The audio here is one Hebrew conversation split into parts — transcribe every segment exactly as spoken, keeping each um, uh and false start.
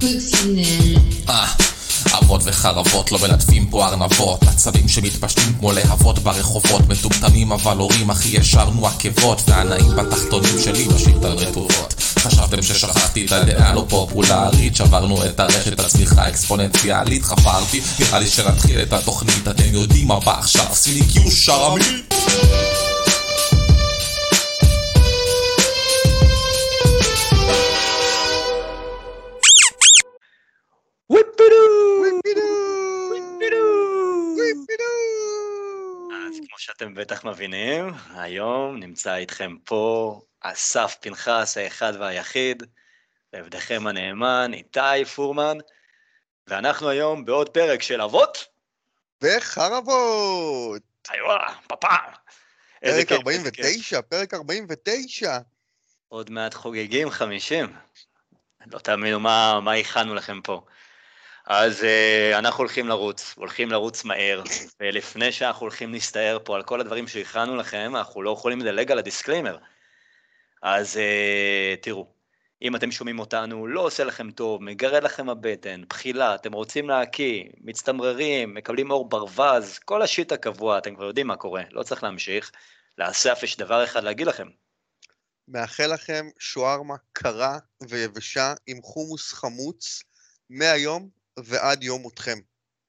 Coccinelle. אה, אבות וחרבות לא מלטפים פה ארנבות, עצבים שמתפשטים כמו להבות ברחובות, מטומטמים אבל הורים הכי ישרנו עקבות, והנאים בתחתונים שלי בשלטן רטובות. חשבתם ששכחתי את הדעה לא פופולרית, שברנו את הרשת הצמיחה האקספוננציאלית, חפרתי, נראה לי שנתחיל את התוכנית, אתם יודעים מה בא עכשיו, עשיני קיו שרמית. אז כמו שאתם בטח מבינים, היום נמצא איתכם פה אסף פנחס האחד והיחיד, ועבדכם הנאמן איתי פורמן, ואנחנו היום בעוד פרק של אבות וחרבות. איווה, פאפה. פרק ארבעים ותשע, פרק ארבעים ותשע. עוד מעט חוגגים חמישים. לא תאמינו מה, מה הכנו לכם פה. אז uh, אנחנו הולכים לרוץ, הולכים לרוץ מהר, ולפני שאנחנו הולכים להסתער פה על כל הדברים שהכנו לכם, אנחנו לא יכולים לדלג על הדיסקליימר. אז uh, תראו, אם אתם שומעים אותנו, לא עושה לכם טוב, מגרד לכם הבטן, בחילה, אתם רוצים להקיא, מצטמררים, מקבלים אור ברווז, כל השיט הקבוע, אתם כבר יודעים מה קורה, לא צריך להמשיך. לאסף יש דבר אחד להגיד לכם. מאחל לכם שוארמה קרה ויבשה עם חומוס חמוץ מהיום ועד יום מותכם.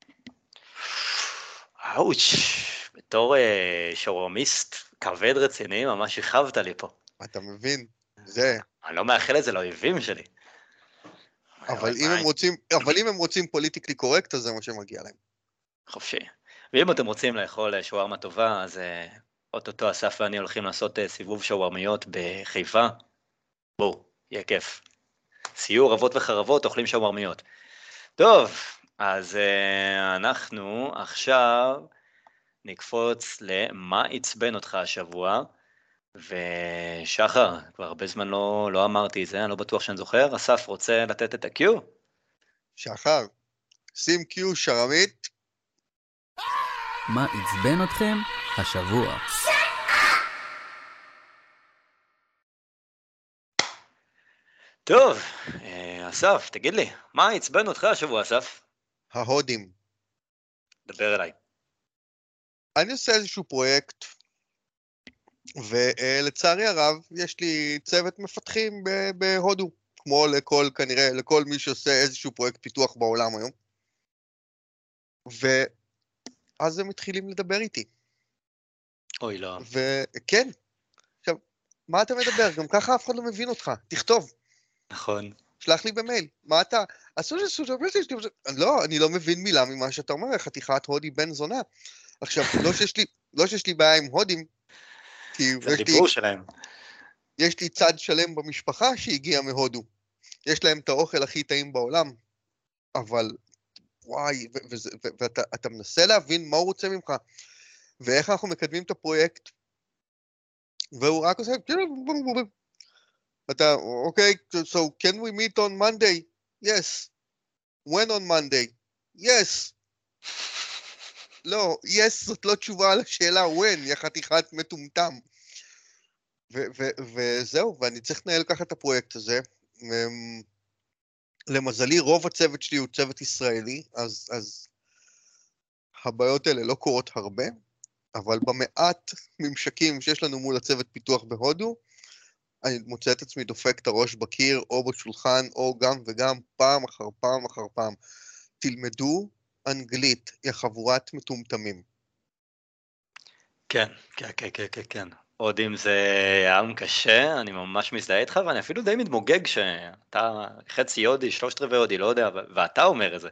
אוץ', בתור uh, שווארמיסט כבד רציני, ממש הכבת לי פה. אתה מבין? זה. אני לא מאחל את זה לאויבים שלי. אבל אם הם רוצים, אבל אם הם רוצים פוליטיקלי קורקט, אז זה מה שמגיע להם. חופשי. ואם אתם רוצים לאכול שווארמה טובה, אז uh, אוטוטו אסף ואני הולכים לעשות uh, סיבוב שווארמיות בחיפה. בואו, יהיה כיף. סיור אבות וחרבות, אוכלים שווארמיות. טוב, אז uh, אנחנו עכשיו נקפוץ למה עצבן אותך השבוע, ושחר, כבר הרבה זמן לא, לא אמרתי את זה, אני לא בטוח שאני זוכר, אסף רוצה לתת את הקיו? שחר, שים קיו שרמית. מה עצבן אתכם השבוע? טוב, אסף, תגיד לי, מה עצבן אותך השבוע, אסף? ההודים. דבר אליי. אני עושה איזשהו פרויקט, ולצערי הרב, יש לי צוות מפתחים בהודו, כמו לכל, כנראה, לכל מי שעושה איזשהו פרויקט פיתוח בעולם היום. ואז הם מתחילים לדבר איתי. אוי, לא. וכן, עכשיו, מה אתה מדבר? גם ככה אף אחד לא מבין אותך. תכתוב. נכון. שלח לי במייל. מה אתה? אסור שסור, לא, אני לא מבין מילה ממה שאתה אומר, חתיכת הודי בן זונה. עכשיו, לא שיש לי, לא שיש לי בעיה עם הודים, כי זה הדיבור שלהם. יש לי צד שלם במשפחה שהגיע מהודו. יש להם את האוכל הכי טעים בעולם, אבל וואי, ואתה מנסה להבין מה הוא רוצה ממך, ואיך אנחנו מקדמים את הפרויקט, והוא רק עושה, אתה, אוקיי, so can we meet on Monday? Yes. When on Monday? Yes. לא, yes, זאת לא תשובה על השאלה when, היא חתיכת מטומטם. וזהו, ואני צריך לנהל ככה את הפרויקט הזה. למזלי, רוב הצוות שלי הוא צוות ישראלי, אז, אז הבעיות האלה לא קורות הרבה, אבל במעט ממשקים שיש לנו מול הצוות פיתוח בהודו, אני מוצא את עצמי דופק את הראש בקיר, או בשולחן, או גם וגם, פעם אחר פעם אחר פעם. תלמדו אנגלית, היא חבורת מטומטמים. כן, כן, כן, כן, כן, כן. עוד אם זה עם קשה, אני ממש מזדהה איתך, ואני אפילו די מתמוגג שאתה חצי יודי, שלושת רבעי יודי, לא יודע, ואתה אומר את זה.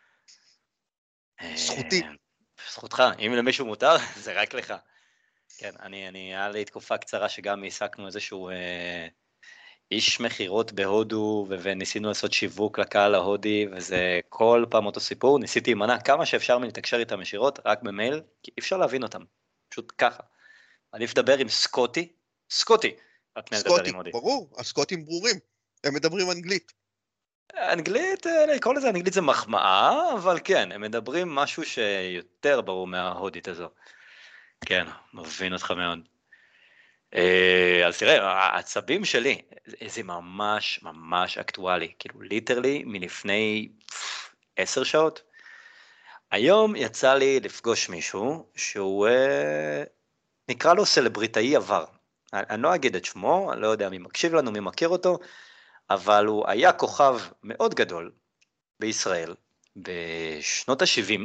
זכותי. זכותך, אם למישהו מותר, זה רק לך. כן, אני, אני, היה לי תקופה קצרה שגם העסקנו איזשהו אה, איש מחירות בהודו, וניסינו לעשות שיווק לקהל ההודי, וזה כל פעם אותו סיפור, ניסיתי להימנע כמה שאפשר מלתקשר איתם ישירות, רק במייל, כי אי אפשר להבין אותם, פשוט ככה. אני אדבר עם סקוטי, סקוטי, רק נדבר עם הודי. ברור, הסקוטים ברורים, הם מדברים אנגלית. אנגלית, לקרוא לזה אנגלית זה מחמאה, אבל כן, הם מדברים משהו שיותר ברור מההודית הזו. כן, מבין אותך מאוד. אה, אז תראה, העצבים שלי, זה ממש ממש אקטואלי, כאילו ליטרלי מלפני עשר שעות. היום יצא לי לפגוש מישהו שהוא אה, נקרא לו סלבריטאי עבר. אני, אני לא אגיד את שמו, אני לא יודע מי מקשיב לנו, מי מכיר אותו, אבל הוא היה כוכב מאוד גדול בישראל בשנות ה-שבעים,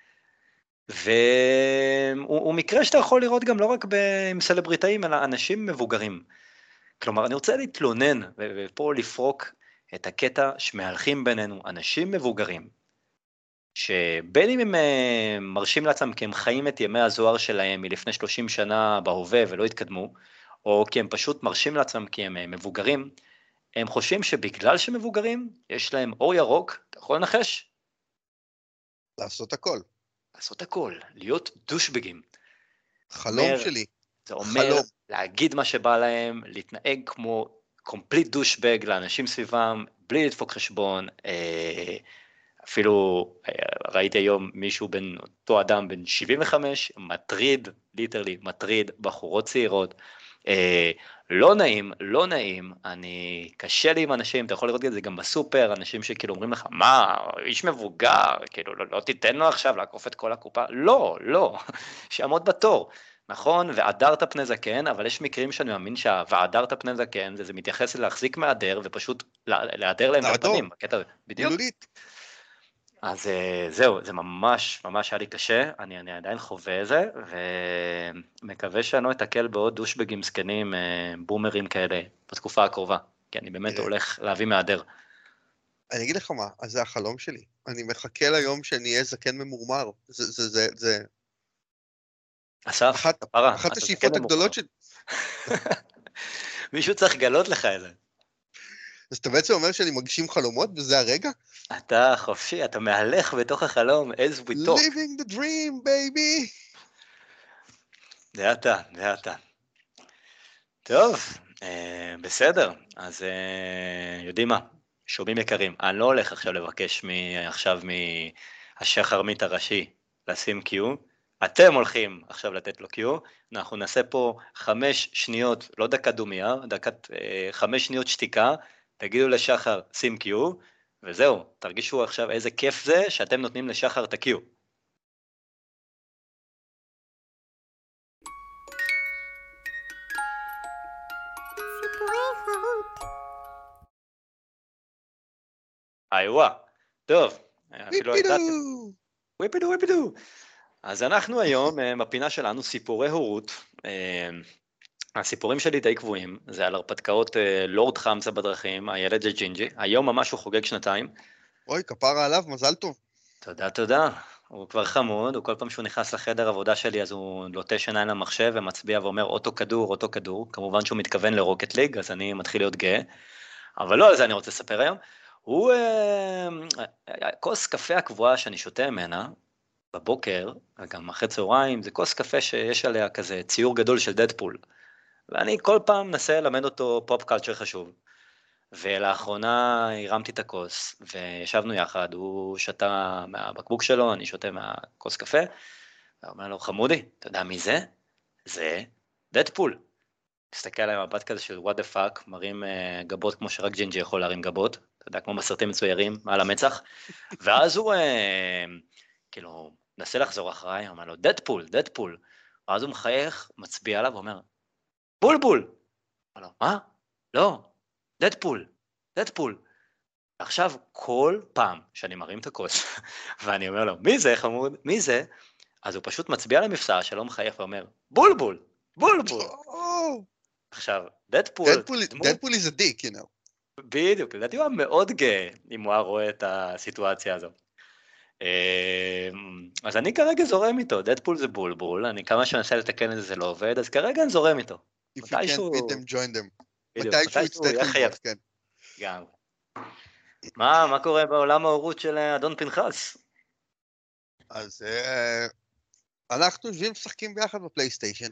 והוא מקרה שאתה יכול לראות גם לא רק עם סלבריטאים, אלא אנשים מבוגרים. כלומר, אני רוצה להתלונן, ופה לפרוק את הקטע שמהלכים בינינו אנשים מבוגרים, שבין אם הם מרשים לעצמם כי הם חיים את ימי הזוהר שלהם מלפני שלושים שנה בהווה ולא התקדמו, או כי הם פשוט מרשים לעצמם כי הם מבוגרים, הם חושבים שבגלל שמבוגרים יש להם אור ירוק, אתה יכול לנחש? לעשות הכל. לעשות הכל, להיות דושבגים. חלום אומר, שלי. זה אומר חלום. להגיד מה שבא להם, להתנהג כמו קומפליט דושבג לאנשים סביבם, בלי לדפוק חשבון, אה, אפילו ראיתי היום מישהו בין אותו אדם בין שבעים וחמש, מטריד, ליטרלי מטריד, בחורות צעירות, אה, לא נעים, לא נעים, אני, קשה לי עם אנשים, אתה יכול לראות את זה גם בסופר, אנשים שכאילו אומרים לך, מה, איש מבוגר, כאילו לא, לא תיתן לו עכשיו לעקוף את כל הקופה, לא, לא, שיעמוד בתור, נכון, ועדרת פני זקן, אבל יש מקרים שאני מאמין שהוועדרת פני זקן, זה, זה מתייחס להחזיק מעדר, ופשוט להדר להם את הפנים, בקטע הזה, בדיוק. מילולית. אז זהו, זה ממש ממש היה לי קשה, אני, אני עדיין חווה את זה, ומקווה שאני לא אתקל בעוד דושבגים זקנים, בומרים כאלה, בתקופה הקרובה, כי אני באמת הולך להביא מהדר. אני אגיד לך מה, אז זה החלום שלי. אני מחכה ליום שאני אהיה זקן ממורמר. זה, זה, זה, זה... אסף, אחת, כפרה, אחת השאיפות הגדולות שלי. מישהו צריך לגלות לך את זה. אז אתה בעצם אומר שאני מגשים חלומות, וזה הרגע? אתה חופשי, אתה מהלך בתוך החלום, as we talk. Living the dream, baby! זה אתה, זה אתה. טוב, אה, בסדר, אז אה, יודעים מה, שומעים יקרים, אני לא הולך עכשיו לבקש מ- עכשיו מהשחרמית הראשי לשים קיו, אתם הולכים עכשיו לתת לו קיו, אנחנו נעשה פה חמש שניות, לא דקה דומיה, דקת, אה, חמש שניות שתיקה, תגידו לשחר שים קיו, וזהו, תרגישו עכשיו איזה כיף זה שאתם נותנים לשחר את הקיו. איווה, טוב, אפילו ידעתם. וויפידו, וויפידו. אז אנחנו היום, בפינה שלנו, סיפורי הורות. הסיפורים שלי די קבועים, זה על הרפתקאות לורד חמסה בדרכים, הילד זה ג'ינג'י, היום ממש הוא חוגג שנתיים. אוי, כפרה עליו, מזל טוב. תודה, תודה. הוא כבר חמוד, הוא כל פעם שהוא נכנס לחדר עבודה שלי, אז הוא לוטש עיניים למחשב ומצביע ואומר אוטו כדור, אוטו כדור. כמובן שהוא מתכוון לרוקט ליג, אז אני מתחיל להיות גאה. אבל לא על זה אני רוצה לספר היום. הוא, כוס קפה הקבועה שאני שותה ממנה, בבוקר, וגם אחרי צהריים, זה כוס קפה שיש עליה כזה ציור גדול של דדפול. ואני כל פעם מנסה ללמד אותו פופ קלצ'ר חשוב. ולאחרונה הרמתי את הכוס, וישבנו יחד, הוא שתה מהבקבוק שלו, אני שותה מהכוס קפה, ואומר לו, חמודי, אתה יודע מי זה? זה דדפול. תסתכל עליהם מבט כזה של what the fuck, מרים uh, גבות כמו שרק ג'ינג'י יכול להרים גבות, אתה יודע, כמו בסרטים מצוירים, מעל המצח, ואז הוא, uh, כאילו, נסה לחזור אחריי, אומר לו, דדפול, דדפול, ואז הוא מחייך, מצביע עליו, ואומר, בולבול, אומר לו, מה? לא, דדפול, דדפול. עכשיו, כל פעם שאני מרים את הכוס, ואני אומר לו, מי זה חמוד? מי זה? אז הוא פשוט מצביע למפסע שלו, מחייך ואומר, בולבול, בולבול. עכשיו, דדפול... דדפול is a dick, you know. בדיוק, לדעתי הוא היה מאוד גאה אם הוא היה רואה את הסיטואציה הזו. אז אני כרגע זורם איתו, דדפול זה בולבול, אני כמה שנסה לתקן את זה, זה לא עובד, אז כרגע אני זורם איתו. If you can't beat them, join them. בדיוק, מתישהו יצטרך ללמוד, כן. גם. מה, מה קורה בעולם ההורות של אדון פנחס? אז אנחנו יושבים משחקים ביחד בפלייסטיישן.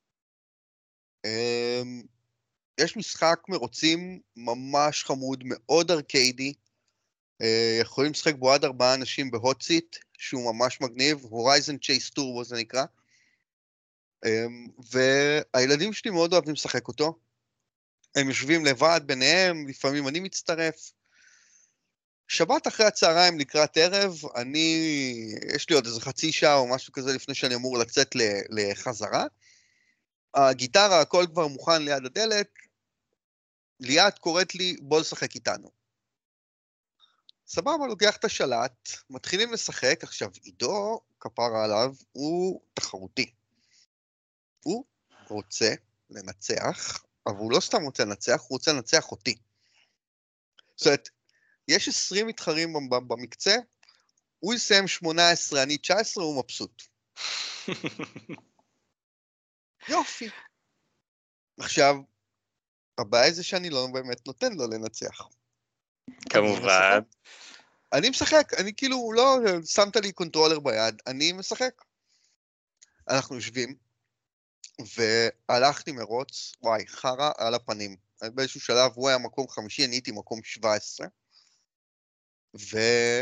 יש משחק מרוצים ממש חמוד, מאוד ארקיידי, יכולים לשחק בו עד ארבעה אנשים בהוט סיט, שהוא ממש מגניב, הורייזן צ'ייס טורבו זה נקרא. והילדים שלי מאוד אוהבים לשחק אותו. הם יושבים לבד ביניהם, לפעמים אני מצטרף. שבת אחרי הצהריים לקראת ערב, אני, יש לי עוד איזה חצי שעה או משהו כזה לפני שאני אמור לצאת לחזרה. הגיטרה, הכל כבר מוכן ליד הדלת, ליאת קוראת לי, בוא לשחק איתנו. סבבה, לוקח את השלט, מתחילים לשחק, עכשיו עידו, כפרה עליו, הוא תחרותי. הוא רוצה לנצח, אבל הוא לא סתם רוצה לנצח, הוא רוצה לנצח אותי. זאת אומרת, יש עשרים מתחרים במקצה, הוא יסיים שמונה עשרה, אני תשע עשרה, הוא מבסוט. יופי. עכשיו, הבעיה זה שאני לא באמת נותן לו לנצח. כמובן. אני משחק, אני כאילו, לא, שמת לי קונטרולר ביד, אני משחק. אנחנו יושבים, והלכתי מרוץ, וואי, חרה על הפנים. באיזשהו שלב הוא היה מקום חמישי, אני הייתי מקום שבע עשרה. ו...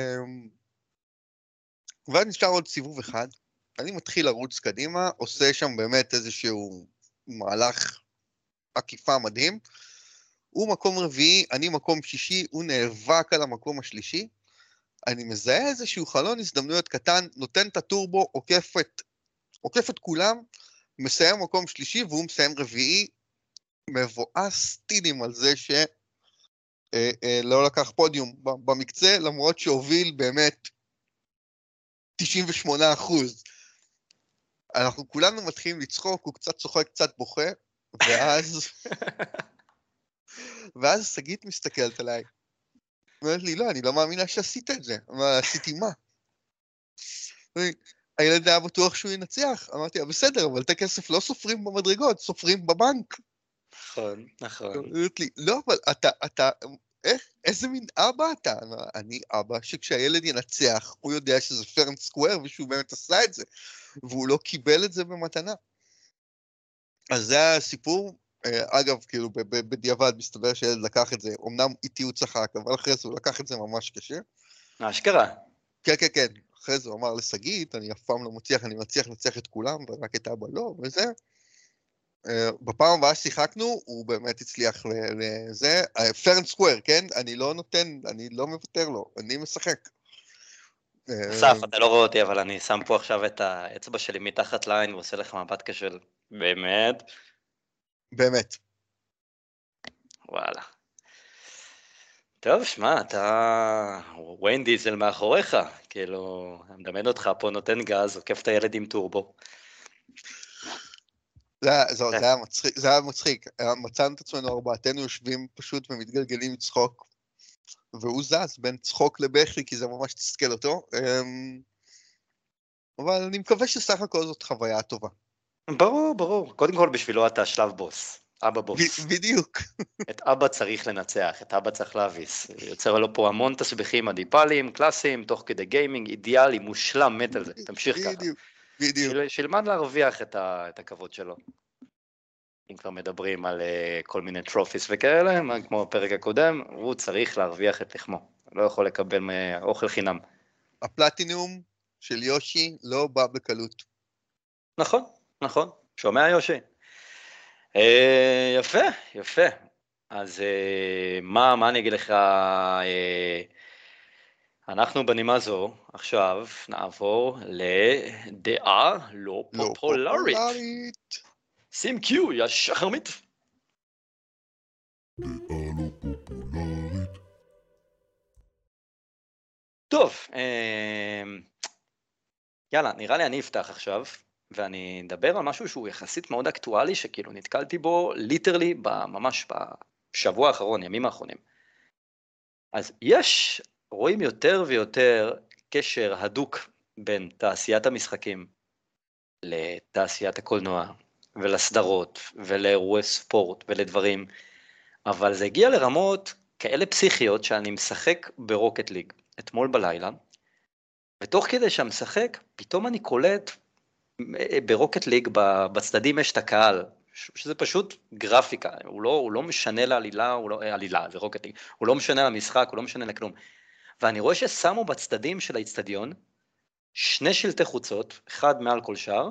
ואז נשאר עוד סיבוב אחד, אני מתחיל לרוץ קדימה, עושה שם באמת איזשהו מהלך עקיפה מדהים, הוא מקום רביעי, אני מקום שישי, הוא נאבק על המקום השלישי, אני מזהה איזשהו חלון הזדמנויות קטן, נותן את הטורבו, עוקף את, עוקף את כולם, מסיים מקום שלישי, והוא מסיים רביעי, מבואס טילים על זה ש... אה, אה, לא לקח פודיום במקצה, למרות שהוביל באמת תשעים ושמונה אחוז. אנחנו כולנו מתחילים לצחוק, הוא קצת צוחק, קצת בוכה, ואז... ואז סגית מסתכלת עליי. אומרת לי, לא, אני לא מאמינה שעשית את זה. מה, עשיתי מה? הילד היה בטוח שהוא ינצח. אמרתי, בסדר, אבל את הכסף לא סופרים במדרגות, סופרים בבנק. נכון, נכון. אומרת לי, לא, אבל אתה, אתה, איך, איזה מין אבא אתה? אני אבא שכשהילד ינצח, הוא יודע שזה fair and square, ושהוא באמת עשה את זה, והוא לא קיבל את זה במתנה. אז זה הסיפור. אגב, כאילו, בדיעבד מסתבר שילד לקח את זה, אמנם איתי הוא צחק, אבל אחרי זה הוא לקח את זה ממש קשה. מה שקרה? כן, כן, כן. אחרי זה הוא אמר לסגית, אני אף פעם לא מצליח, אני מצליח לנצח את כולם, ורק את אבא לא, וזה. בפעם הבאה שיחקנו, הוא באמת הצליח לזה. fair and square, כן? אני לא נותן, אני לא מוותר לו, אני משחק. אסף, אתה לא רואה אותי, אבל אני שם פה עכשיו את האצבע שלי מתחת לעין, ועושה לך מבט כשל, באמת? באמת. וואלה. טוב, שמע, אתה וויין דיזל מאחוריך, כאילו, אני מדמיין אותך פה נותן גז, עוקף את הילד עם טורבו. זה, זה, זה היה מצחיק, זה היה מצחיק, מצאנו את עצמנו ארבעתנו יושבים פשוט ומתגלגלים מצחוק, והוא זז בין צחוק לבכי, כי זה ממש תסכל אותו, אבל אני מקווה שסך הכל זאת חוויה טובה. ברור, ברור, קודם כל בשבילו אתה שלב בוס, אבא בוס. בדיוק. את אבא צריך לנצח, את אבא צריך להביס, יוצר לו פה המון תסביכים אדיפליים, קלאסיים, תוך כדי גיימינג, אידיאלי, מושלם, מת על זה, תמשיך ככה. בדיוק, בדיוק. שילמד להרוויח את, ה, את הכבוד שלו. אם כבר מדברים על uh, כל מיני טרופיס וכאלה, כמו בפרק הקודם, הוא צריך להרוויח את לחמו, לא יכול לקבל אוכל חינם. הפלטינום של יושי לא בא בקלות. נכון, נכון, שומע יושי. אה, יפה, יפה. אז אה, מה, מה אני אגיד לך, אה, אנחנו בנימה זו, עכשיו נעבור לדעה לא לא פופולרית. פופולרית. שים קיו, יא שחרמית. דעה לא פופולרית. טוב, אה, יאללה, נראה לי אני אפתח עכשיו, ואני אדבר על משהו שהוא יחסית מאוד אקטואלי, שכאילו נתקלתי בו ליטרלי ממש בשבוע האחרון, ימים האחרונים. אז יש, רואים יותר ויותר קשר הדוק בין תעשיית המשחקים לתעשיית הקולנוע, ולסדרות, ולאירועי ספורט, ולדברים, אבל זה הגיע לרמות כאלה פסיכיות שאני משחק ברוקט ליג, אתמול בלילה, ותוך כדי שאני משחק, פתאום אני קולט ברוקט ליג, בצדדים יש את הקהל, שזה פשוט גרפיקה, הוא לא, הוא לא משנה לעלילה, הוא לא, עלילה, זה רוקט ליג, הוא לא משנה למשחק, הוא לא משנה לכלום, ואני רואה ששמו בצדדים של האצטדיון, שני שלטי חוצות, אחד מעל כל שער,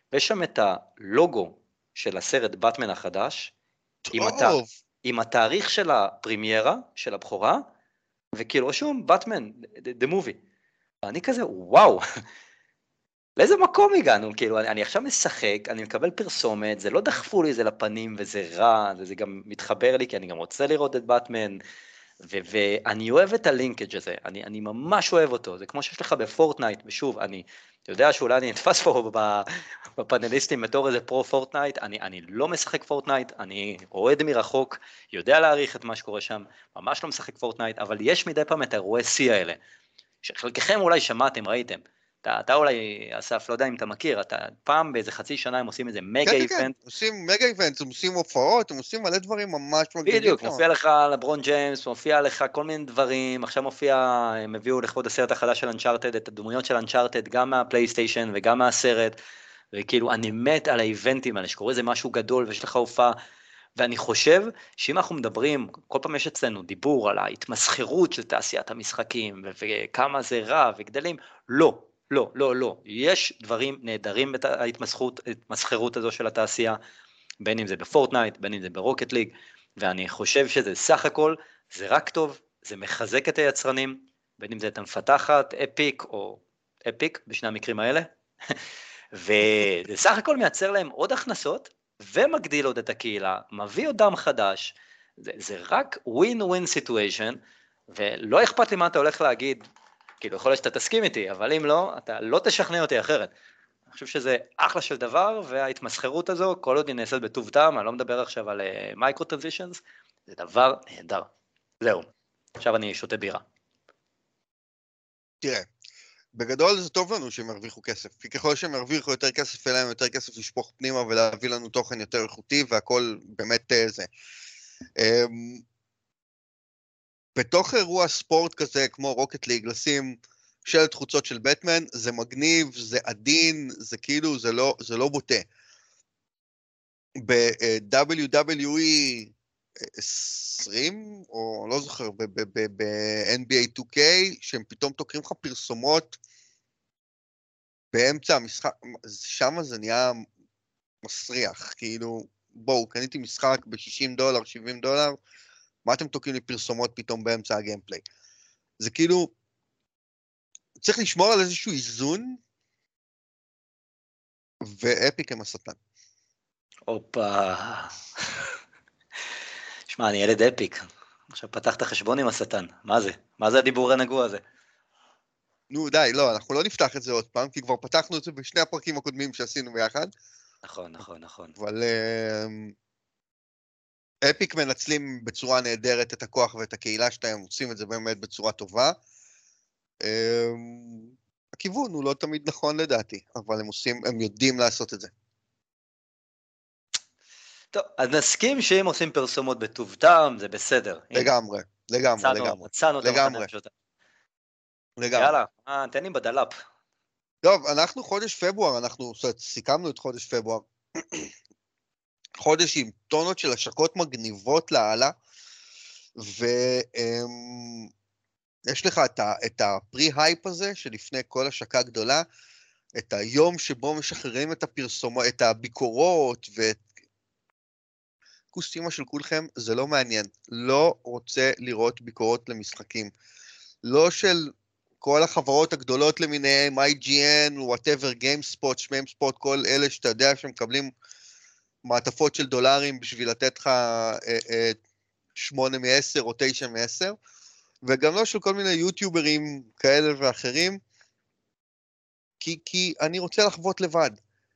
ויש שם את הלוגו של הסרט באטמן החדש, עם, הת... עם התאריך של הפרימיירה, של הבחורה, וכאילו רשום באטמן, the movie. ואני כזה, וואו, לאיזה מקום הגענו? כאילו, אני, אני עכשיו משחק, אני מקבל פרסומת, זה לא דחפו לי זה לפנים, וזה רע, וזה גם מתחבר לי, כי אני גם רוצה לראות את באטמן, ו- ואני אוהב את הלינקג' הזה, אני, אני ממש אוהב אותו, זה כמו שיש לך בפורטנייט, ושוב, אני יודע שאולי אני נתפס פה בפאנליסטים בתור איזה פרו פורטנייט, אני, אני לא משחק פורטנייט, אני אוהד מרחוק, יודע להעריך את מה שקורה שם, ממש לא משחק פורטנייט, אבל יש מדי פעם את האירועי C האלה, שחלקכם אולי שמעתם, ראיתם, אתה, אתה אולי, אסף, לא יודע אם אתה מכיר, אתה פעם באיזה חצי שנה הם עושים איזה מגה איבנט. כן, כן, עושים מגה איבנט, הם עושים הופעות, הם עושים מלא דברים ממש מגניבים. בדיוק, מופיע לך לברון ג'יימס, מופיע לך כל מיני דברים, עכשיו מופיע, הם הביאו לכבוד הסרט החדש של אנצ'ארטד, את הדמויות של אנצ'ארטד, גם מהפלייסטיישן וגם מהסרט, וכאילו אני מת על האיבנטים האלה, שקורה איזה משהו גדול ויש לך הופעה, ואני חושב שאם אנחנו מדברים, כל פעם יש אצלנו דיבור על ההתמסחרות של תעשיית המשחקים, וכמה זה רע וגדלים, לא. לא, לא, לא. יש דברים נהדרים בהתמסחרות הזו של התעשייה, בין אם זה בפורטנייט, בין אם זה ברוקט ליג, ואני חושב שזה סך הכל, זה רק טוב, זה מחזק את היצרנים, בין אם זה את המפתחת, אפיק או אפיק, בשני המקרים האלה, וזה סך הכל מייצר להם עוד הכנסות, ומגדיל עוד את הקהילה, מביא עוד דם חדש, זה, זה רק win-win situation, ולא אכפת לי מה אתה הולך להגיד, כאילו יכול להיות שאתה תסכים איתי, אבל אם לא, אתה לא תשכנע אותי אחרת. אני חושב שזה אחלה של דבר, וההתמסחרות הזו, כל עוד היא נעשית בטוב טעם, אני לא מדבר עכשיו על מייקרו-טרנזישנס, זה דבר נהדר. זהו, עכשיו אני שותה בירה. תראה, בגדול זה טוב לנו שהם הרוויחו כסף, כי ככל שהם הרוויחו יותר כסף, אליהם יותר כסף לשפוך פנימה, ולהביא לנו תוכן יותר איכותי, והכל באמת זה. בתוך אירוע ספורט כזה, כמו רוקט ליג, לשים שלט חוצות של בטמן, זה מגניב, זה עדין, זה כאילו, זה לא, זה לא בוטה. ב-דאבליו דאבליו אי עשרים, או לא זוכר, ב-אן בי איי טו קיי, שהם פתאום תוקרים לך פרסומות באמצע המשחק, שם זה נהיה מסריח, כאילו, בואו, קניתי משחק ב-שישים דולר, שבעים דולר, מה אתם תוקעים לי פרסומות פתאום באמצע הגיימפליי? זה כאילו, צריך לשמור על איזשהו איזון, ואפיק הם השטן. אופה. שמע, אני ילד אפיק. עכשיו פתחת חשבון עם השטן. מה זה? מה זה הדיבור הנגוע הזה? נו, די, לא, אנחנו לא נפתח את זה עוד פעם, כי כבר פתחנו את זה בשני הפרקים הקודמים שעשינו ביחד. נכון, נכון, נכון. אבל אפיק מנצלים בצורה נהדרת את הכוח ואת הקהילה שלהם, עושים את זה באמת בצורה טובה. הכיוון הוא לא תמיד נכון לדעתי, אבל הם עושים, הם יודעים לעשות את זה. טוב, אז נסכים שאם עושים פרסומות בטוב טעם, זה בסדר. לגמרי, לגמרי, לגמרי. מצאנו את המחנה המשותף. לגמרי. יאללה, אה, תן לי בדלאפ. טוב, אנחנו חודש פברואר, אנחנו סיכמנו את חודש פברואר. חודש עם טונות של השקות מגניבות לעלה, ויש לך את הפרי-הייפ הזה, שלפני כל השקה גדולה, את היום שבו משחררים את הפרסומות, את הביקורות, ואת כוס אימא של כולכם, זה לא מעניין. לא רוצה לראות ביקורות למשחקים. לא של כל החברות הגדולות למיניהם, איי ג'י אן, whatever, GameSpot, ShMemSpot, כל אלה שאתה יודע שמקבלים מעטפות של דולרים בשביל לתת לך שמונה מעשר או תשע מעשר, וגם לא של כל מיני יוטיוברים כאלה ואחרים, כי, כי אני רוצה לחוות לבד.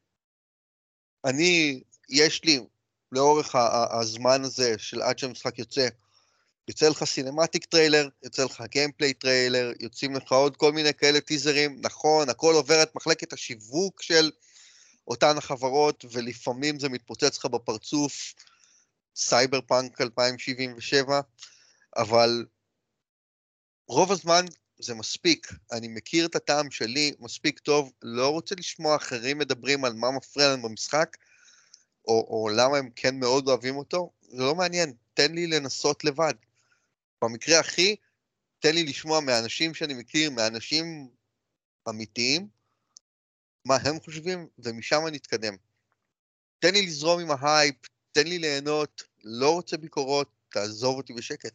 אני, יש לי, לאורך הזמן הזה של עד שהמשחק יוצא, יוצא לך סינמטיק טריילר, יוצא לך גיימפליי טריילר, יוצאים לך עוד כל מיני כאלה טיזרים, נכון, הכל עובר את מחלקת השיווק של אותן החברות, ולפעמים זה מתפוצץ לך בפרצוף, סייבר פאנק אלפיים שבעים ושבע, אבל רוב הזמן זה מספיק, אני מכיר את הטעם שלי, מספיק טוב, לא רוצה לשמוע אחרים מדברים על מה מפריע להם במשחק, או, או למה הם כן מאוד אוהבים אותו, זה לא מעניין, תן לי לנסות לבד. במקרה הכי, תן לי לשמוע מאנשים שאני מכיר, מאנשים אמיתיים, מה הם חושבים, ומשם נתקדם. תן לי לזרום עם ההייפ, תן לי ליהנות, לא רוצה ביקורות, תעזוב אותי בשקט.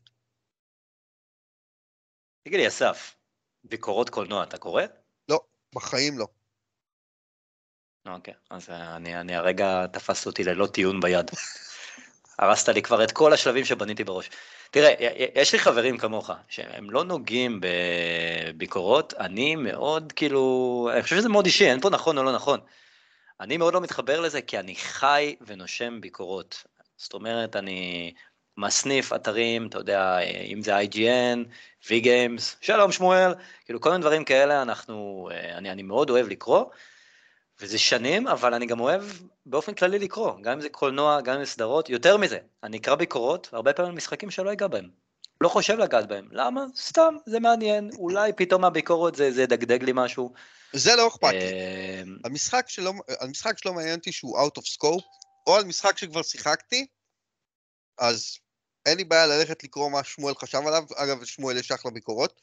תגיד לי, אסף, ביקורות קולנוע, אתה קורא? לא, בחיים לא. אוקיי, אז אני, אני הרגע תפסת אותי ללא טיעון ביד. הרסת לי כבר את כל השלבים שבניתי בראש. תראה, יש לי חברים כמוך, שהם לא נוגעים בביקורות, אני מאוד כאילו, אני חושב שזה מאוד אישי, אין פה נכון או לא נכון. אני מאוד לא מתחבר לזה, כי אני חי ונושם ביקורות. זאת אומרת, אני מסניף אתרים, אתה יודע, אם זה איי ג'י אן, V-Games, שלום שמואל, כאילו כל מיני דברים כאלה, אנחנו, אני, אני מאוד אוהב לקרוא, וזה שנים, אבל אני גם אוהב באופן כללי לקרוא, גם אם זה קולנוע, גם אם זה סדרות, יותר מזה, אני אקרא ביקורות, הרבה פעמים משחקים שלא אגע בהם, לא חושב לגעת בהם, למה? סתם, זה מעניין, אולי פתאום הביקורות זה, זה דגדג לי משהו. זה לא אכפת לי. המשחק שלא, המשחק שלא מעניין אותי שהוא out of scope, או על משחק שכבר שיחקתי, אז אין לי בעיה ללכת לקרוא מה שמואל חשב עליו, אגב, שמואל יש אחלה ביקורות,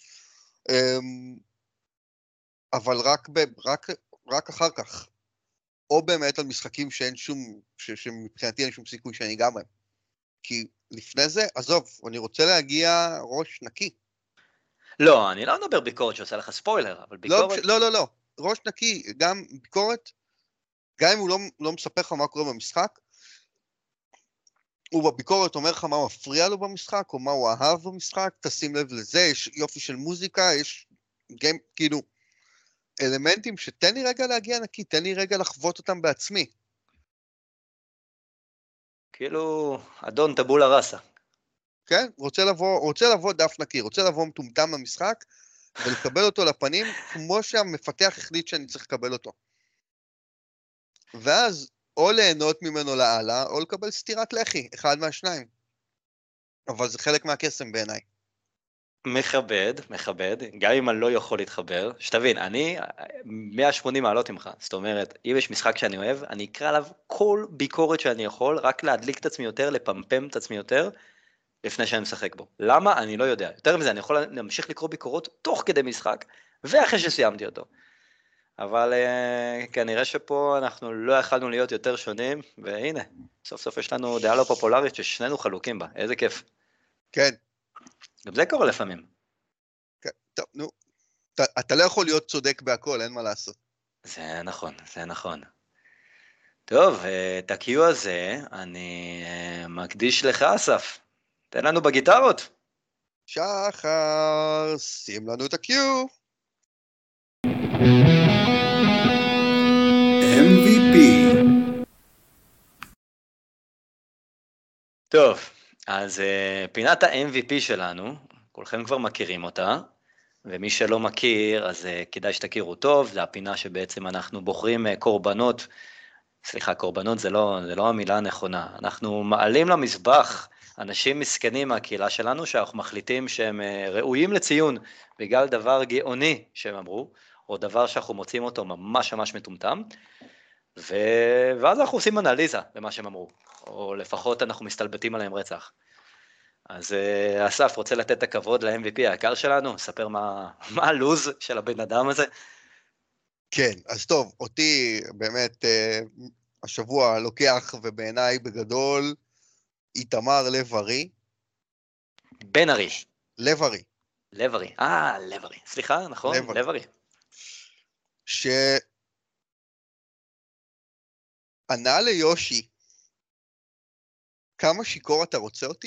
אבל רק, ב, רק, רק אחר כך, או באמת על משחקים שאין שום, ש, שמבחינתי אין שום סיכוי שאני אגע בהם. כי לפני זה, עזוב, אני רוצה להגיע ראש נקי. לא, אני לא מדבר ביקורת שעושה לך ספוילר, אבל ביקורת... לא, לא, לא, לא. ראש נקי, גם ביקורת, גם אם הוא לא, לא מספר לך מה קורה במשחק, הוא בביקורת אומר לך מה מפריע לו במשחק, או מה הוא אהב במשחק, תשים לב לזה, יש יופי של מוזיקה, יש גיים, כאילו, אלמנטים שתן לי רגע להגיע נקי, תן לי רגע לחוות אותם בעצמי. כאילו, אדון טבולה ראסה. כן? רוצה לבוא, רוצה לבוא דף נקי, רוצה לבוא מטומטם למשחק, ולקבל אותו לפנים, כמו שהמפתח החליט שאני צריך לקבל אותו. ואז, או ליהנות ממנו לעלה, או לקבל סתירת לחי, אחד מהשניים. אבל זה חלק מהקסם בעיניי. מכבד, מכבד, גם אם אני לא יכול להתחבר, שתבין, אני מאה ושמונים מעלות ממך, זאת אומרת, אם יש משחק שאני אוהב, אני אקרא עליו כל ביקורת שאני יכול, רק להדליק את עצמי יותר, לפמפם את עצמי יותר, לפני שאני משחק בו. למה? אני לא יודע. יותר מזה, אני יכול להמשיך לקרוא ביקורות תוך כדי משחק, ואחרי שסיימתי אותו. אבל uh, כנראה שפה אנחנו לא יכלנו להיות יותר שונים, והנה, סוף סוף יש לנו דעה לא פופולרית ששנינו חלוקים בה, איזה כיף. כן. גם זה קורה לפעמים. כן, טוב, נו. אתה, אתה לא יכול להיות צודק בהכל, אין מה לעשות. זה נכון, זה נכון. טוב, את ה-Q הזה אני uh, מקדיש לך, אסף. תן לנו בגיטרות. שחר, שים לנו את ה-Q. אם וי פי. טוב, אז uh, פינת ה-אם וי פי שלנו, כולכם כבר מכירים אותה, ומי שלא מכיר, אז uh, כדאי שתכירו טוב, זה הפינה שבעצם אנחנו בוחרים uh, קורבנות, סליחה, קורבנות זה לא, זה לא המילה הנכונה, אנחנו מעלים למזבח אנשים מסכנים מהקהילה שלנו, שאנחנו מחליטים שהם uh, ראויים לציון, בגלל דבר גאוני שהם אמרו, או דבר שאנחנו מוצאים אותו ממש ממש מטומטם, ו... ואז אנחנו עושים אנליזה במה שהם אמרו, או לפחות אנחנו מסתלבטים עליהם רצח. אז אסף, רוצה לתת את הכבוד ל-אם וי פי היקר שלנו? ספר מה, מה הלוז של הבן אדם הזה? כן, אז טוב, אותי באמת השבוע לוקח ובעיניי בגדול איתמר לב-ארי. בן-ארי. לב-ארי. לב-ארי, אה, לב-ארי, סליחה, נכון? לב-ארי. לב-ארי. שענה ליושי, כמה שיקור אתה רוצה אותי?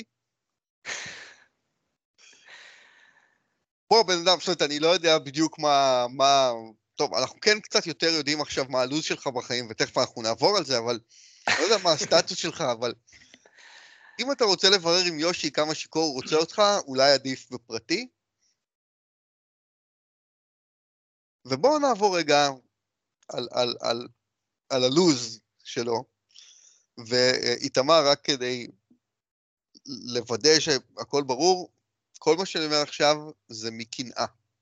פה בן אדם, זאת אומרת, אני לא יודע בדיוק מה, מה, טוב, אנחנו כן קצת יותר יודעים עכשיו מה הלו"ז שלך בחיים, ותכף אנחנו נעבור על זה, אבל, לא יודע מה הסטטוס שלך, אבל, אם אתה רוצה לברר עם יושי כמה שיקור הוא רוצה אותך, אולי עדיף בפרטי. ובואו נעבור רגע על, על, על, על הלו"ז שלו, ואיתמר רק כדי לוודא שהכל ברור, כל מה שאני אומר עכשיו זה מקנאה.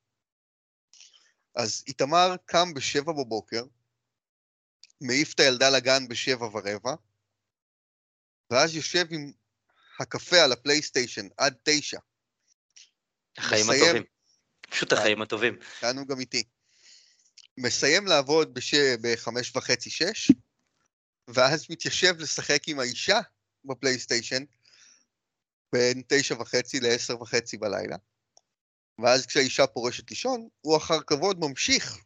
אז איתמר קם בשבע בבוקר, מעיף את הילדה לגן בשבע ורבע, ואז יושב עם הקפה על הפלייסטיישן עד תשע. החיים מסיים... הטובים. פשוט החיים הטובים. כאנו גם איתי. מסיים לעבוד בש... בחמש וחצי, שש, ואז מתיישב לשחק עם האישה בפלייסטיישן, בין תשע וחצי לעשר וחצי בלילה, ואז כשהאישה פורשת לישון, הוא אחר כבוד ממשיך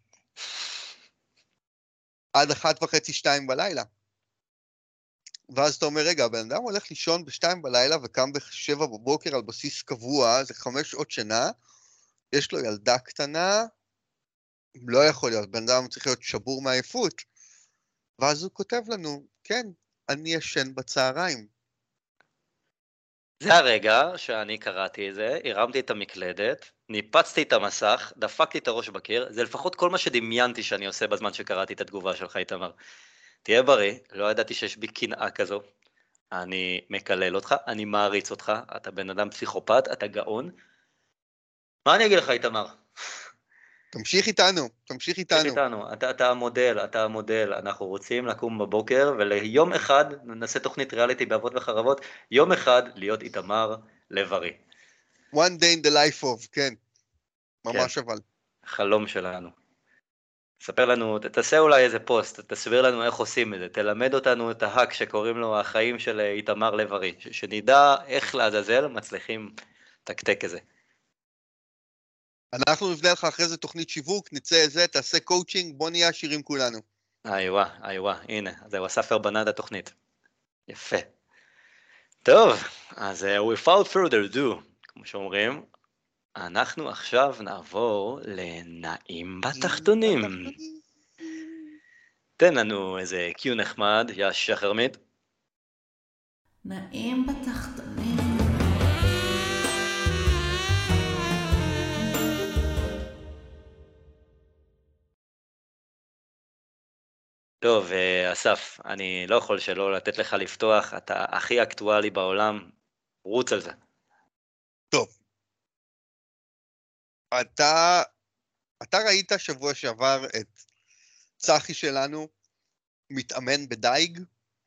עד אחת וחצי, שתיים בלילה. ואז אתה אומר, רגע, הבן אדם הולך לישון בשתיים בלילה וקם בשבע בבוקר על בסיס קבוע, זה חמש שעות שינה, יש לו ילדה קטנה, לא יכול להיות, בן אדם צריך להיות שבור מעייפות. ואז הוא כותב לנו, כן, אני ישן בצהריים. זה הרגע שאני קראתי את זה, הרמתי את המקלדת, ניפצתי את המסך, דפקתי את הראש בקיר, זה לפחות כל מה שדמיינתי שאני עושה בזמן שקראתי את התגובה שלך, איתמר. תהיה בריא, לא ידעתי שיש בי קנאה כזו, אני מקלל אותך, אני מעריץ אותך, אתה בן אדם פסיכופת, אתה גאון. מה אני אגיד לך, איתמר? תמשיך איתנו, תמשיך תמשיך איתנו. איתנו, אתה, אתה המודל, אתה המודל, אנחנו רוצים לקום בבוקר, וליום אחד, נעשה תוכנית ריאליטי בעבוד וחרבות, יום אחד להיות איתמר לב-ארי. One day in the life of, כן. ממש אבל. חלום שלנו. ספר לנו, ת- תעשה אולי איזה פוסט, תסביר לנו איך עושים את זה, תלמד אותנו את ההק שקוראים לו החיים של איתמר לב-ארי, ש- שנדע איך לעזאזל מצליחים תקתק את זה. אנחנו נבנה לך אחרי זה תוכנית שיווק, נצא איזה, תעשה קואוצ'ינג, בוא נהיה עשירים כולנו. איווה, איווה, הנה, זהו, הספר בנה את התוכנית. יפה. טוב, אז uh, without further ado, כמו שאומרים, אנחנו עכשיו נעבור לנעים בתחתונים. תן לנו איזה קיו נחמד, יא שחרמית. נעים בתחתונים. טוב, אה, אסף, אני לא יכול שלא לתת לך לפתוח, אתה הכי אקטואלי בעולם, רוץ על זה. טוב. אתה, אתה ראית שבוע שעבר את צחי שלנו מתאמן בדייג?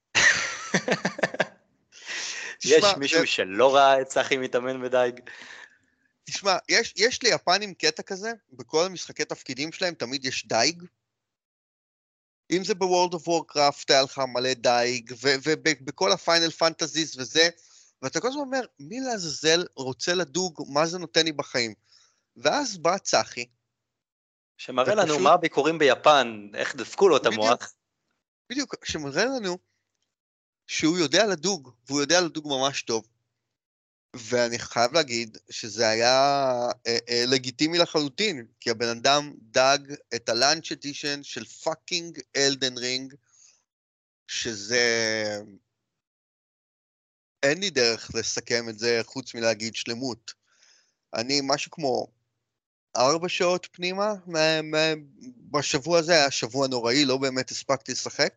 יש תשמע, מישהו זה- שלא ראה את צחי מתאמן בדייג? תשמע, יש, יש ליפנים קטע כזה, בכל המשחקי תפקידים שלהם תמיד יש דייג. אם זה בוורלד אוף וורקראפט היה לך מלא דייג, ובכל הפיינל פנטזיס וזה, ואתה כל הזמן אומר, מי לעזאזל רוצה לדוג, מה זה נותן לי בחיים? ואז בא צחי, שמראה לנו ופשוט- מה הביקורים ביפן, איך דפקו לו את בדיוק. המוח. בדיוק, שמראה לנו שהוא יודע לדוג, והוא יודע לדוג ממש טוב. ואני חייב להגיד שזה היה אה, אה, לגיטימי לחלוטין, כי הבן אדם דג את הלאנץ' אדישן של פאקינג אלדן רינג, שזה... אין לי דרך לסכם את זה חוץ מלהגיד שלמות. אני משהו כמו ארבע שעות פנימה, מה, מה, בשבוע הזה היה שבוע נוראי, לא באמת הספקתי לשחק,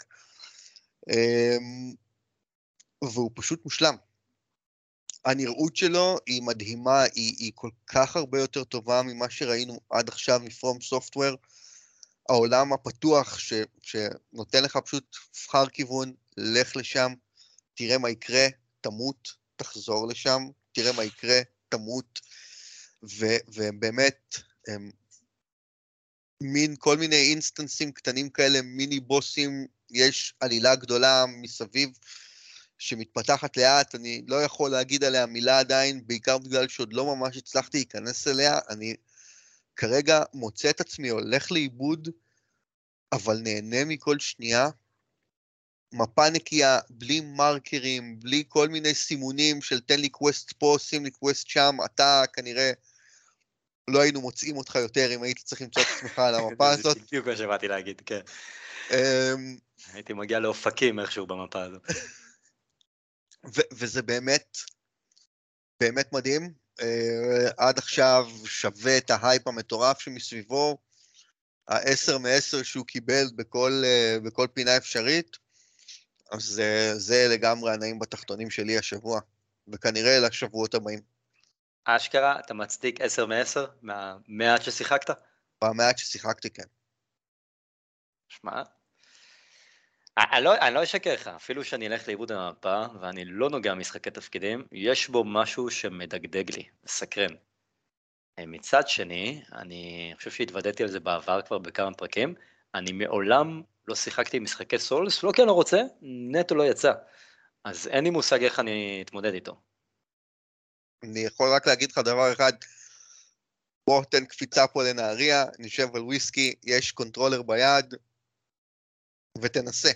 והוא פשוט מושלם. הנראות שלו היא מדהימה, היא, היא כל כך הרבה יותר טובה ממה שראינו עד עכשיו מפרום סופטוור. העולם הפתוח ש, שנותן לך פשוט בחר כיוון, לך לשם, תראה מה יקרה, תמות, תחזור לשם, תראה מה יקרה, תמות, ו, ובאמת, הם, מין כל מיני אינסטנסים קטנים כאלה, מיני בוסים, יש עלילה גדולה מסביב, שמתפתחת לאט, אני לא יכול להגיד עליה מילה עדיין, בעיקר בגלל שעוד לא ממש הצלחתי להיכנס אליה, אני כרגע מוצא את עצמי, הולך לאיבוד, אבל נהנה מכל שנייה, מפה נקייה, בלי מרקרים, בלי כל מיני סימונים של תן לי קווסט פה, שים לי קווסט שם, אתה כנראה לא היינו מוצאים אותך יותר אם היית צריך למצוא את עצמך על המפה הזאת. זה בדיוק מה שבאתי להגיד, כן. אמ, הייתי מגיע לאופקים איכשהו במפה הזו. ו- וזה באמת, באמת מדהים. Uh, עד עכשיו שווה את ההייפ המטורף שמסביבו, העשר מעשר שהוא קיבל בכל, uh, בכל פינה אפשרית, אז uh, זה לגמרי הנעים בתחתונים שלי השבוע, וכנראה לשבועות הבאים. אשכרה, אתה מצדיק עשר מעשר מהמעט ששיחקת? במעט ששיחקתי, כן. שמע, אני לא, אני לא אשקר לך, אפילו שאני אלך לאיבוד המפה, ואני לא נוגע משחקי תפקידים, יש בו משהו שמדגדג לי, מסקרן. מצד שני, אני חושב שהתוודעתי על זה בעבר כבר בכמה פרקים, אני מעולם לא שיחקתי משחקי סולס, לא כי אני לא רוצה, נטו לא יצא. אז אין לי מושג איך אני אתמודד איתו. אני יכול רק להגיד לך דבר אחד, בוא תן קפיצה פה לנהריה, נשב על וויסקי, יש קונטרולר ביד, ותנסה.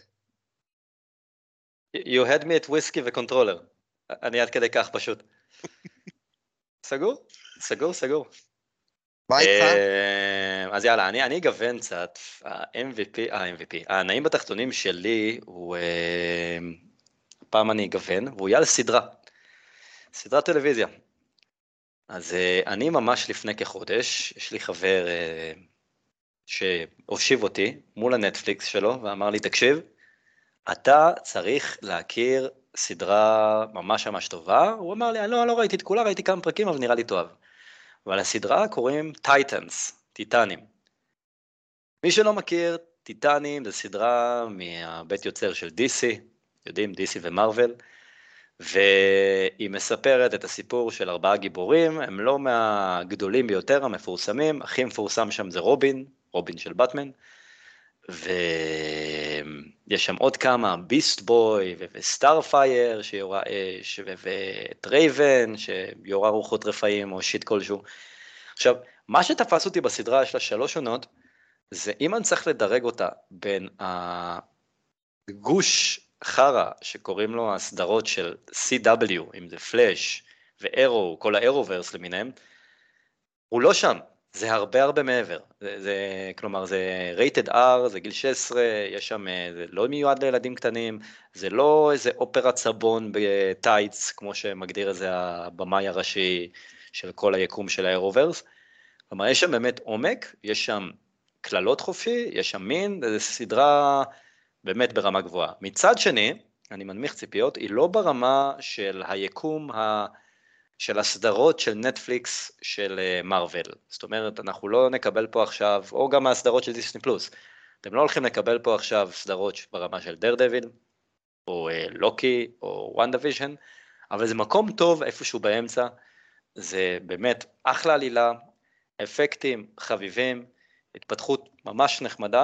You had me at וויסקי וקונטרולר. אני עד כדי כך פשוט. סגור? סגור, סגור. מה איתך? אז יאללה, אני, אני אגוון קצת, ה-אם וי פי, ה-אם וי פי, הנעים בתחתונים שלי הוא, פעם אני אגוון, והוא יהיה על סדרה, סדרת טלוויזיה. אז אני ממש לפני כחודש, יש לי חבר שהושיב אותי מול הנטפליקס שלו, ואמר לי, תקשיב, אתה צריך להכיר סדרה ממש ממש טובה, הוא אמר לי, אני לא, לא ראיתי את כולה, ראיתי כמה פרקים, אבל נראה לי טוב. אבל הסדרה קוראים טייטנס, טיטנים. מי שלא מכיר, טיטנים זה סדרה מהבית יוצר של די סי, יודעים, די סי ומרוול, והיא מספרת את הסיפור של ארבעה גיבורים, הם לא מהגדולים ביותר, המפורסמים, הכי מפורסם שם זה רובין, רובין של באטמן, ויש שם עוד כמה, ביסט בוי וסטארפייר שיורה אש, וטרייבן שיורה רוחות רפאים או שיט כלשהו. עכשיו, מה שתפס אותי בסדרה, יש לה שלוש עונות, זה אם אני צריך לדרג אותה בין הגוש חרה שקוראים לו הסדרות של סי דאבליו, אם זה פלאש ואירו, כל האירוברס למיניהם, הוא לא שם. זה הרבה הרבה מעבר, זה, זה, כלומר זה רייטד אר, זה גיל שש עשרה, יש שם, זה לא מיועד לילדים קטנים, זה לא איזה אופרת סבון בטייץ, כמו שמגדיר איזה הבמאי הראשי של כל היקום של האירוברס, כלומר יש שם באמת עומק, יש שם כללות חופשי, יש שם מין, זה סדרה באמת ברמה גבוהה. מצד שני, אני מנמיך ציפיות, היא לא ברמה של היקום ה... של הסדרות של נטפליקס של מרוול. זאת אומרת, אנחנו לא נקבל פה עכשיו, או גם הסדרות של דיסני פלוס, אתם לא הולכים לקבל פה עכשיו סדרות ברמה של דרדוויל, או לוקי, או וואן דיוויז'ן, אבל זה מקום טוב איפשהו באמצע, זה באמת אחלה עלילה, אפקטים חביבים, התפתחות ממש נחמדה,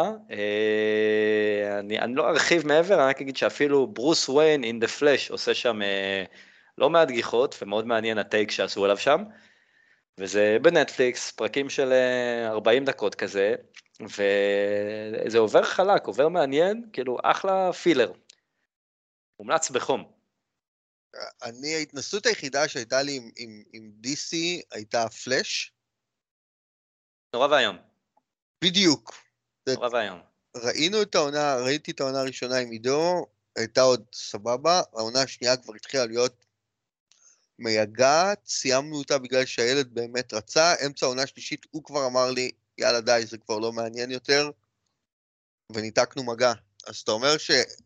אני, אני לא ארחיב מעבר, אני רק אגיד שאפילו ברוס וויין אין דה פלאש עושה שם לא מעט גיחות, ומאוד מעניין הטייק שעשו עליו שם, וזה בנטפליקס, פרקים של ארבעים דקות כזה, וזה עובר חלק, עובר מעניין, כאילו אחלה פילר, מומלץ בחום. אני, ההתנסות היחידה שהייתה לי עם, עם, עם די סי, הייתה פלאש. נורא והיום. בדיוק. נורא והיום. ראינו את העונה, ראיתי את העונה הראשונה עם עידו, הייתה עוד סבבה, העונה השנייה כבר התחילה להיות מייגעת, סיימנו אותה בגלל שהילד באמת רצה, אמצע העונה השלישית הוא כבר אמר לי, יאללה די, זה כבר לא מעניין יותר, וניתקנו מגע. אז אתה אומר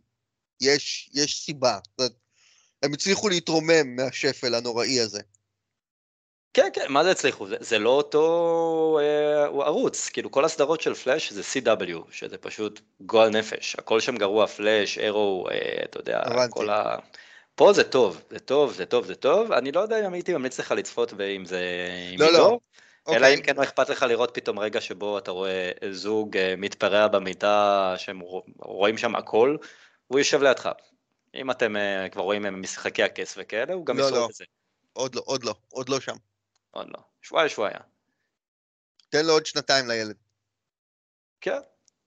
שיש יש סיבה, זאת אומרת, הם הצליחו להתרומם מהשפל הנוראי הזה. כן, כן, מה זה הצליחו? זה, זה לא אותו אה, ערוץ, כאילו כל הסדרות של פלאש זה סי דאבליו, שזה פשוט גועל נפש, הכל שם גרוע, פלאש, אירו, אה, אתה יודע, הבנתי. כל ה... פה זה טוב, זה טוב, זה טוב, זה טוב, אני לא יודע אם הייתי ממליץ לך לצפות ואם זה... לא, לא. אלא אוקיי. אם כן לא אכפת לך לראות פתאום רגע שבו אתה רואה זוג מתפרע במיטה, שהם רואים שם הכל, והוא יושב לידך. אם אתם כבר רואים משחקי הכס וכאלה, הוא גם לא, ישרוד לא. את זה. עוד לא, עוד לא, עוד לא שם. עוד לא. שבועיה, שבועיה. תן לו עוד שנתיים לילד. כן.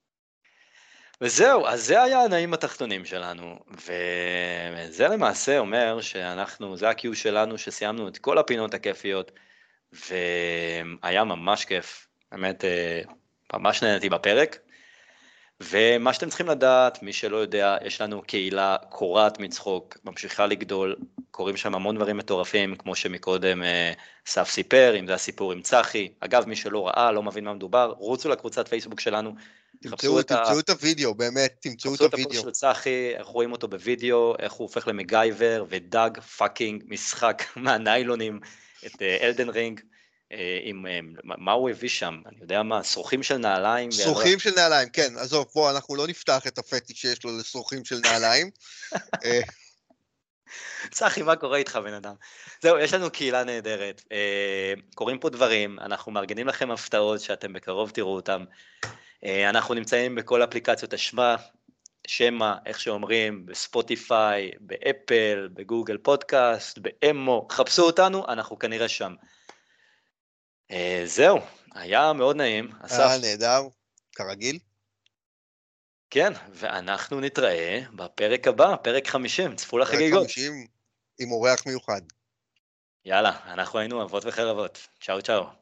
וזהו, אז זה היה הנעים התחתונים שלנו, וזה למעשה אומר שאנחנו, זה ה-Q שלנו שסיימנו את כל הפינות הכיפיות, והיה ממש כיף, באמת ממש נהניתי בפרק, ומה שאתם צריכים לדעת, מי שלא יודע, יש לנו קהילה קורעת מצחוק, ממשיכה לגדול, קוראים שם המון דברים מטורפים, כמו שמקודם סף סיפר, אם זה הסיפור עם צחי, אגב מי שלא ראה, לא מבין מה מדובר, רוצו לקבוצת פייסבוק שלנו, תמצאו את, תמצאו את הוידאו, באמת, תמצאו את הוידאו. תמצאו את הפוסט של צחי, איך רואים אותו בווידאו, איך הוא הופך למגייבר, ודאג פאקינג משחק מהניילונים, את אלדן רינג, עם מה הוא הביא שם, אני יודע מה, שרוכים של נעליים. שרוכים של נעליים, כן, עזוב, בוא, אנחנו לא נפתח את הפטיש שיש לו לשרוכים של נעליים. צחי, מה קורה איתך, בן אדם? זהו, יש לנו קהילה נהדרת. אה, קוראים פה דברים, אנחנו מארגנים לכם הפתעות שאתם בקרוב תראו אותם. אה, אנחנו נמצאים בכל אפליקציות השמע, שמה, איך שאומרים, בספוטיפיי, באפל, בגוגל פודקאסט, באמו, חפשו אותנו, אנחנו כנראה שם. אה, זהו, היה מאוד נעים. אסף, היה נהדר, כרגיל. כן, ואנחנו נתראה בפרק הבא, פרק חמישים, צפו פרק לחגיגות. חמישים עם אורח מיוחד. יאללה, אנחנו היינו אבות וחרבות. צ'או צ'או.